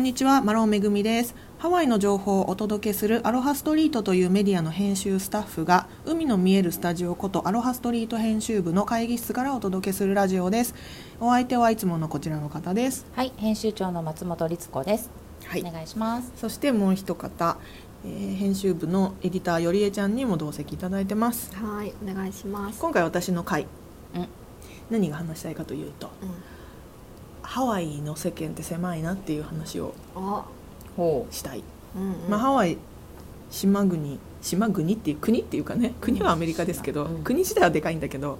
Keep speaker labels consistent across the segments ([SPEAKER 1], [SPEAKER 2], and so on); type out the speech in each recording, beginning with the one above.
[SPEAKER 1] んにちは、マロンめぐみです。ハワイの情報をお届けするアロハストリートというメディアの編集スタッフが海の見えるスタジオことアロハストリート編集部の会議室からお届けするラジオです。お相手はいつものこちらの方です。
[SPEAKER 2] はい、編集長の松本律子です。
[SPEAKER 1] はい、
[SPEAKER 2] お願いします。
[SPEAKER 1] そしてもう一方、編集部のエディターよりえちゃんにも同席いただいてます。
[SPEAKER 3] はい、お願いします。
[SPEAKER 1] 今回私の回、何が話したいかというと、ハワイの世間って狭いなっていう話をしたい。ハワイ島国っていう国っていうかね、国はアメリカですけど、国自体はでかいんだけど、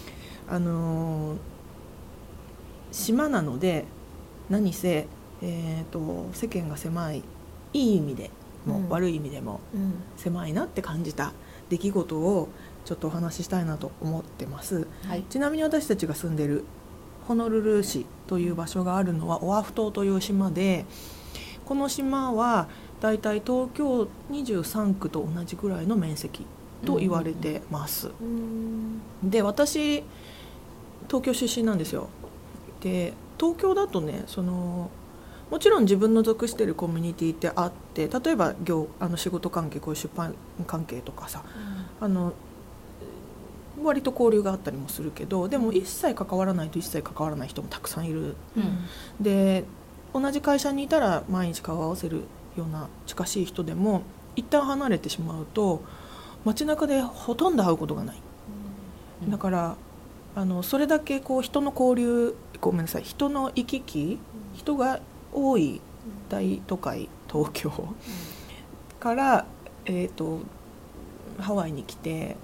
[SPEAKER 1] 島なので何せ、世間が狭い、いい意味でも、悪い意味でも狭いなって感じた出来事をちょっとお話ししたいなと思ってます。はい、ちなみに私たちが住んでるホノルル市という場所があるのはオアフ島という島で、この島はだいたい東京23区と同じぐらいの面積と言われてます。で、私東京出身なんですよ。で、東京だとね、もちろん自分の属しているコミュニティってあって、例えば仕事関係、こういう出版関係とかさ、割と交流があったりもするけど、でも一切関わらないと一切関わらない人もたくさんいる。で、同じ会社にいたら毎日顔を合わせるような近しい人でも一旦離れてしまうと街中でほとんど会うことがない。だからそれだけこう人の交流、人の行き来、人が多い大都会東京から、ハワイに来て、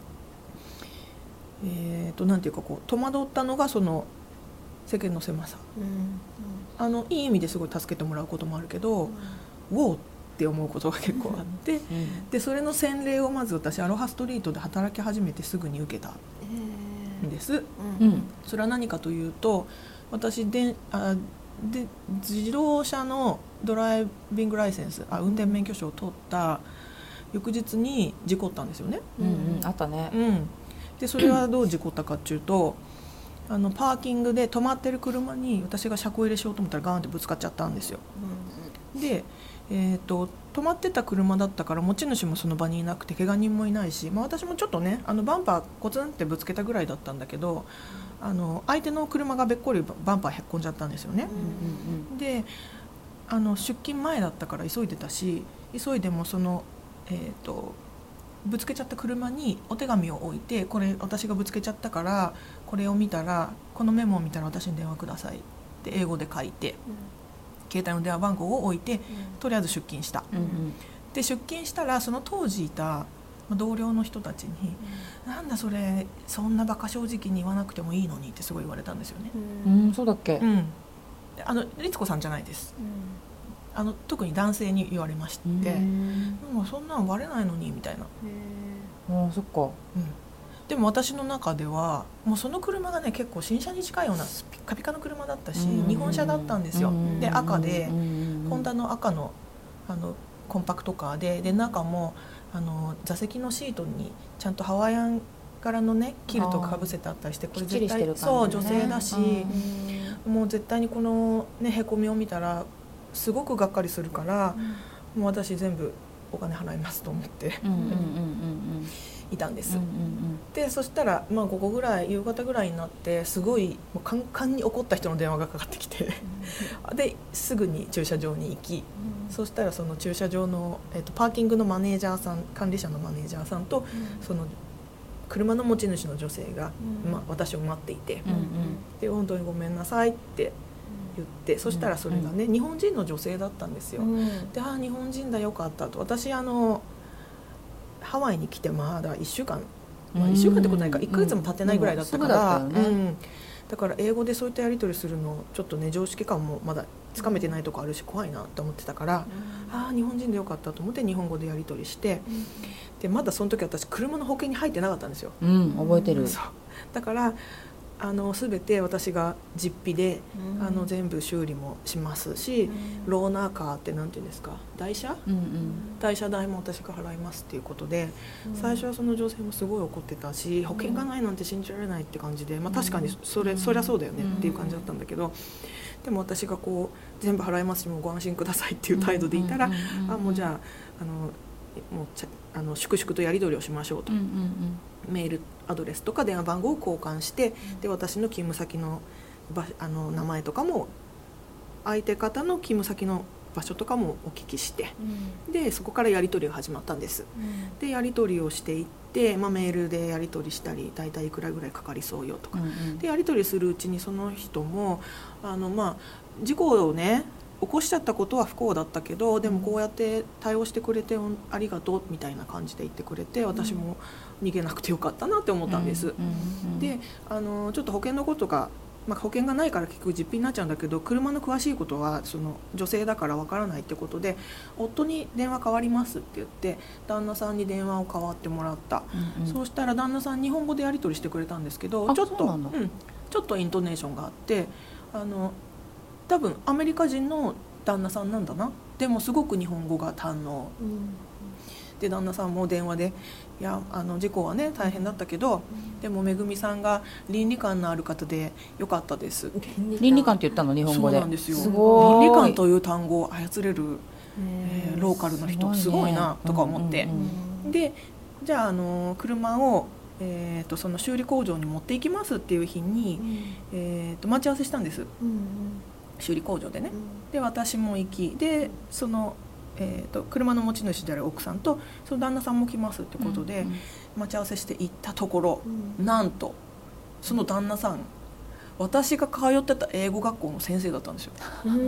[SPEAKER 1] なんていうかこう戸惑ったのがその世間の狭さ、いい意味ですごい助けてもらうこともあるけど、ウォーって思うことが結構あって、でそれの洗礼をまず私アロハストリートで働き始めてすぐに受けたんです。それは何かというと、私で自動車のドライビングライセンス、運転免許証を取った翌日に事故ったんですよね。
[SPEAKER 2] あったね。
[SPEAKER 1] でそれはどう事故ったかっていうと、パーキングで止まってる車に私が車庫入れしようと思ったらガーンってぶつかっちゃったんですよ。で、止まってた車だったから持ち主もその場にいなくて怪我人もいないし、私もちょっとねバンパーコツンってぶつけたぐらいだったんだけど、相手の車がべっこりバンパーへっこんじゃったんですよね。で出勤前だったから急いでたし、急いでもぶつけちゃった車にお手紙を置いて、これ私がぶつけちゃったからこれを見たら、このメモを見たら私に電話くださいって英語で書いて、携帯の電話番号を置いて、とりあえず出勤した。で出勤したらその当時いた同僚の人たちに、なんだそれ、そんなバカ正直に言わなくてもいいのにってすごい言われたんですよね。
[SPEAKER 2] そうだっけ。
[SPEAKER 1] 律子さんじゃないです。特に男性に言われまして、もうそんなんバレないのにみたいな。
[SPEAKER 2] そっか。
[SPEAKER 1] でも私の中ではもうその車がね、結構新車に近いようなピカピカの車だったし、日本車だったんですよ。で赤で、ホンダの赤のコンパクトカーで、中も座席のシートにちゃんとハワイアン柄のねキルトがかぶせてあったりして、これ絶対そう女性だし、もう絶対にこのねへこみを見たらすごくがっかりするから、もう私全部お金払いますと思っていたんです。でそしたら午後ぐらい、夕方ぐらいになって、すごいもうカンカンに怒った人の電話がかかってきてですぐに駐車場に行き、そしたらその駐車場の、パーキングのマネージャーさん、管理者のマネージャーさんと、その車の持ち主の女性が、私を待っていて、で本当にごめんなさいって言って、そしたらそれがね、日本人の女性だったんですよ。で日本人だ、よかったと。私ハワイに来てまだ1週間、1週間ってことないか、1ヶ月も経ってないぐらいだったから、だから英語でそういったやり取りするのちょっとね、常識感もまだつかめてないとこあるし怖いなと思ってたから、日本人でよかったと思って日本語でやり取りして、でまだその時私車の保険に入ってなかったんですよ。
[SPEAKER 2] 覚えてる。
[SPEAKER 1] そうだから全て私が実費で、全部修理もしますし、ローナーカーってなんていうんですか、代車、代車代も私が払いますっていうことで、最初はその女性もすごい怒ってたし、保険がないなんて信じられないって感じで、確かにそりゃそうだよねっていう感じだったんだけど、 でも私がこう全部払いますしもうご安心くださいっていう態度でいたら、もうじゃあもう粛々とやり取りをしましょうと、メールアドレスとか電話番号を交換して、で私の勤務先の名前とかも相手方の勤務先の場所とかもお聞きして、でそこからやり取りが始まったんです、でやり取りをしていって、メールでやり取りしたり大体いくらぐらいかかりそうよとか、でやり取りするうちにその人も事故をね起こしちゃったことは不幸だったけど、でもこうやって対応してくれてありがとうみたいな感じで言ってくれて、私も逃げなくてよかったなって思ったんです、でちょっと保険のことが保険がないから結局実費になっちゃうんだけど、車の詳しいことはその女性だからわからないってことで、夫に電話代わりますって言って旦那さんに電話を代わってもらった、そうしたら旦那さん日本語でやり取りしてくれたんですけど、ちょっとイントネーションがあって、多分アメリカ人の旦那さんなんだな、でもすごく日本語が堪能、で旦那さんも電話でいや事故はね大変だったけど、でもめぐみさんが倫理観のある方でよかったです。
[SPEAKER 2] 倫理観って言ったの日本語で。
[SPEAKER 1] そうなんですよ。
[SPEAKER 2] すごい。
[SPEAKER 1] 倫理観という単語を操れる、ローカルの人すごいなとか思って、でじゃあ車を、その修理工場に持っていきますっていう日に、待ち合わせしたんです、修理工場でね。で私も行きでその車の持ち主である奥さんとその旦那さんも来ますってことで待ち合わせして行ったところ、なんとその旦那さん私が通ってた英語学校の先生だったんですよ。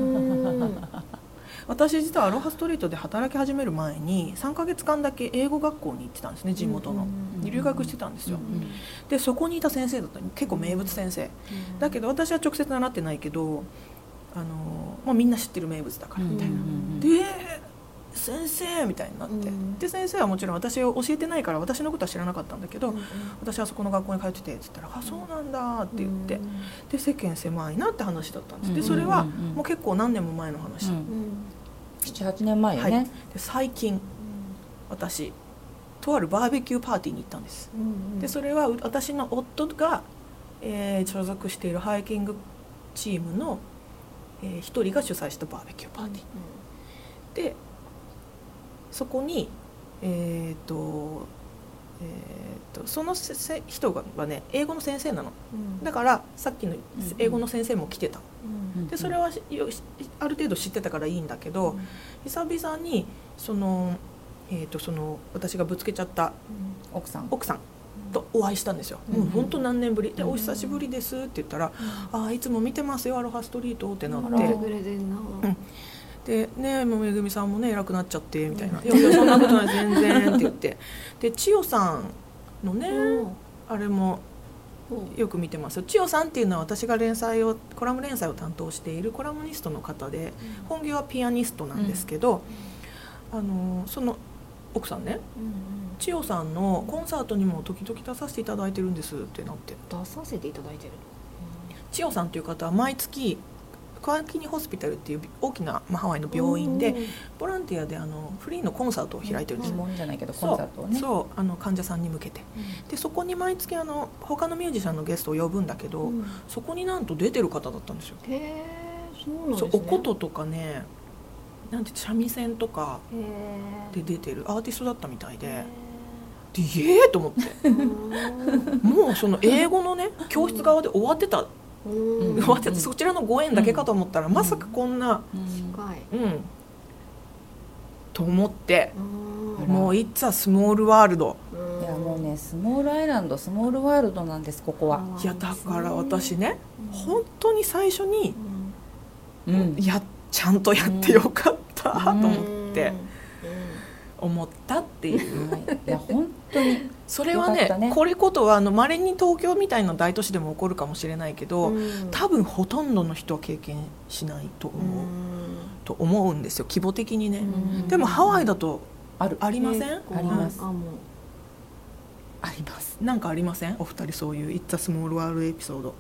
[SPEAKER 1] 私実はアロハストリートで働き始める前に3ヶ月間だけ英語学校に行ってたんですね、地元の留学してたんですよ。でそこにいた先生だった、結構名物先生だけど、私は直接習ってないけどみんな知ってる名物だからみたいな、で先生みたいになって、で先生はもちろん私を教えてないから私のことは知らなかったんだけど、私はそこの学校に通っててって言ったら、あそうなんだって言って、で世間狭いなって話だったんです。でそれはもう結構何年も前の話、
[SPEAKER 2] 7、8年前よね、
[SPEAKER 1] で最近私とあるバーベキューパーティーに行ったんです、でそれは私の夫が、所属しているハイキングチームの一人が主催したバーベキューパーティー、でそこにその人がね英語の先生なの、だからさっきの英語の先生も来てた、でそれはある程度知ってたからいいんだけど、久々にその私がぶつけちゃった奥さんとお会いしたんですよ、もう本当何年ぶりで、お久しぶりですって言ったら、いつも見てますよアロハストリートってなって、でねめぐみさんもね偉くなっちゃってみたいな、いやそんなことない全然って言って、で千代さんのね、あれもよく見てますよ。千代さんっていうのは私がコラム連載を担当しているコラムニストの方で、本業はピアニストなんですけど、その奥さんね、千代さんのコンサートにも時々出させていただいてるんですってなって、
[SPEAKER 3] 出させていただいてる。
[SPEAKER 1] 千代さんという方は毎月クワキニホスピタルっていう大きなハワイの病院でボランティアでフリーのコンサートを開いてるんですよ。
[SPEAKER 2] じゃないけどコンサートをね。
[SPEAKER 1] そう患者さんに向けて、でそこに毎月他のミュージシャンのゲストを呼ぶんだけど、そこになんと出てる方だったんですよ。
[SPEAKER 3] へえ、そうなんですね。
[SPEAKER 1] お琴とかね、なんて三味線とかで出てるアーティストだったみたいで、と思ってもうその英語のね教室側で終わってた。そちらのご縁だけかと思ったら、まさかこんな、と思って、もう It's a small world。
[SPEAKER 2] いやもうねスモールアイランドスモールワールドなんですここは。
[SPEAKER 1] いやだから私ね、本当に最初に、ちゃんとやってよかったと思って思ったっていう、
[SPEAKER 2] いや本当に
[SPEAKER 1] それはねこれことは稀に東京みたいな大都市でも起こるかもしれないけど、多分ほとんどの人は経験しないと思うんですよ、規模的にね。でもハワイだとありません？
[SPEAKER 2] あります。
[SPEAKER 1] あります。なんかありません？お二人そういう It's a small world エピソード。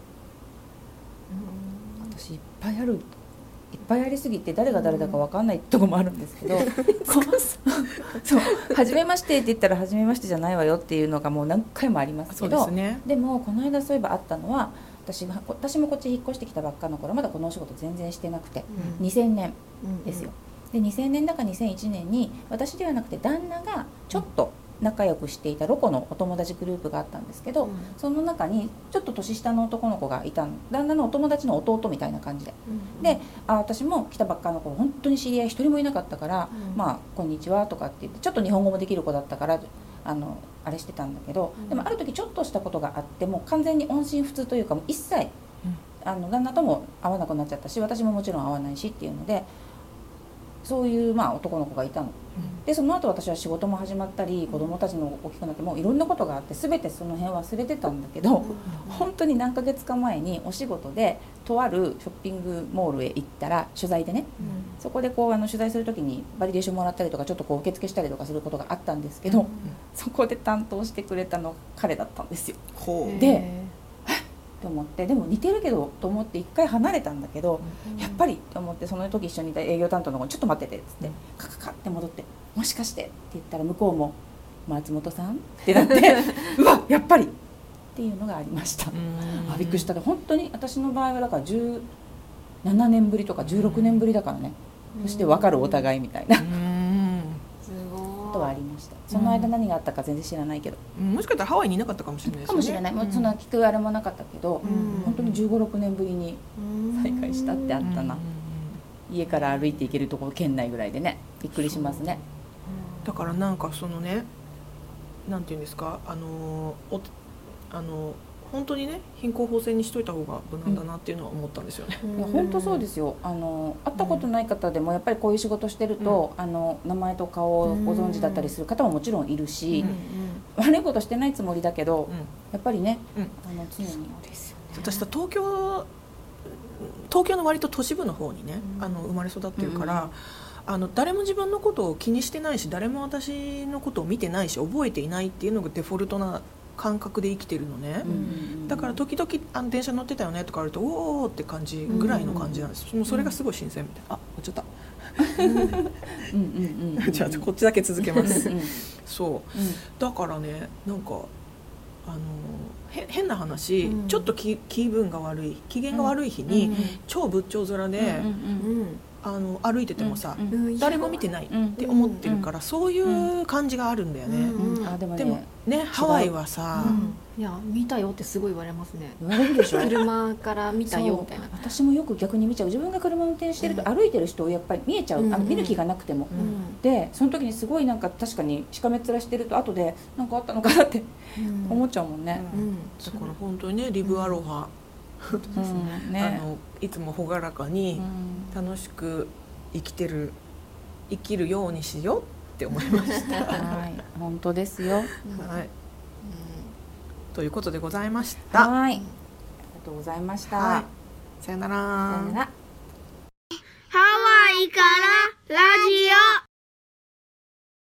[SPEAKER 2] 私いっぱいありすぎて誰が誰だか分かんないとこもあるんですけどそう初めましてって言ったら初めましてじゃないわよっていうのがもう何回もありますけど、 でもこの間そういえばあったのは私もこっち引っ越してきたばっかの頃まだこのお仕事全然してなくて、
[SPEAKER 3] うん
[SPEAKER 2] 2000年
[SPEAKER 3] うん
[SPEAKER 2] ですよ。で2000年だか2001年に私ではなくて旦那がちょっと仲良くしていたロコのお友達グループがあったんですけど、
[SPEAKER 3] うん
[SPEAKER 2] その中にちょっと年下の男の子がいたの。旦那のお友達の弟みたいな感じで、で私も来たばっかの子本当に知り合い一人もいなかったから、
[SPEAKER 3] うん
[SPEAKER 2] まあこんにちはとかって言ってちょっと日本語もできる子だったからあれしてたんだけど、
[SPEAKER 3] うん
[SPEAKER 2] でもある時ちょっとしたことがあってもう完全に音信不通というかもう一切旦那とも会わなくなっちゃったし私ももちろん会わないしっていうのでそういうまあ男の子がいたの。でその後私は仕事も始まったり子供たちの大きくなってもういろんなことがあって全てその辺忘れてたんだけど、本当に何ヶ月か前にお仕事でとあるショッピングモールへ行ったら取材でね、そこでこう取材する時にバリデーションもらったりとかちょっとこう受付したりとかすることがあったんですけど、そこで担当してくれたの彼だったんですよ。
[SPEAKER 1] ほう
[SPEAKER 2] でと思ってでも似てるけどと思って一回離れたんだけど、やっぱりと思ってその時一緒にいた営業担当の子に「ちょっと待ってて」っつってカカカって戻って「もしかして」って言ったら向こうも「松本さん?」ってなってうわやっぱりっていうのがありました。びっくりした。本当に私の場合はだから17年ぶりとか16年ぶりだからね、そして分かるお互いみたいな
[SPEAKER 3] すごい
[SPEAKER 2] ことはありました。その間何があったか全然知らないけど、
[SPEAKER 1] もしかしたらハワイにいなかったかもしれないですよね。
[SPEAKER 2] かもしれない、もうそんな聞くあれもなかったけど、本当に15、16年ぶりに再会したってあったな。家から歩いて行けるところ県内ぐらいでね、びっくりしますね。
[SPEAKER 1] だからなんかそのね、なんていうんですか、本当にね貧困法制にしといた方が無難だなっていうのは思ったんですよね。
[SPEAKER 2] いや本当そうですよ。会ったことない方でもやっぱりこういう仕事してると、名前と顔をご存知だったりする方ももちろんいるし、悪いことしてないつもりだけど、やっぱりね、常にですよね。
[SPEAKER 1] 私さ東京の割と都市部の方にね、生まれ育ってるから、誰も自分のことを気にしてないし、誰も私のことを見てないし覚えていないっていうのがデフォルトな感覚で生きてるのね。だから時々電車乗ってたよねとかあるとおーって感じぐらいの感じなんです。もうそれがすごい新鮮みたいな。あ、落ちちゃったじゃあこっちだけ続けますそうだからね、なんか変な話、ちょっと気分が悪い、機嫌が悪い日に、超仏頂面で、歩いててもさ、誰も見てないって思ってるから、そういう感じがあるんだよね。でもね、ハワイはさ、
[SPEAKER 3] いや見たよってすごい言われますね。
[SPEAKER 2] 言われるでしょ。
[SPEAKER 3] 車から見たよみたいな。
[SPEAKER 2] 私もよく逆に見ちゃう。自分が車運転してると歩いてる人をやっぱり見えちゃう、見る気がなくても、でその時にすごいなんか確かにしかめっ面してると後で何かあったのかなって思っちゃうもんね。
[SPEAKER 1] だから本当にね、リブアロハ、いつも朗らかに楽しく生きるようにしようって思いました。
[SPEAKER 2] はい、本当ですよ。
[SPEAKER 1] はい。ということでございました。
[SPEAKER 2] はい。ありがとうございました。
[SPEAKER 1] はい。さよなら。
[SPEAKER 2] さよなら。
[SPEAKER 4] ハワイからラジオ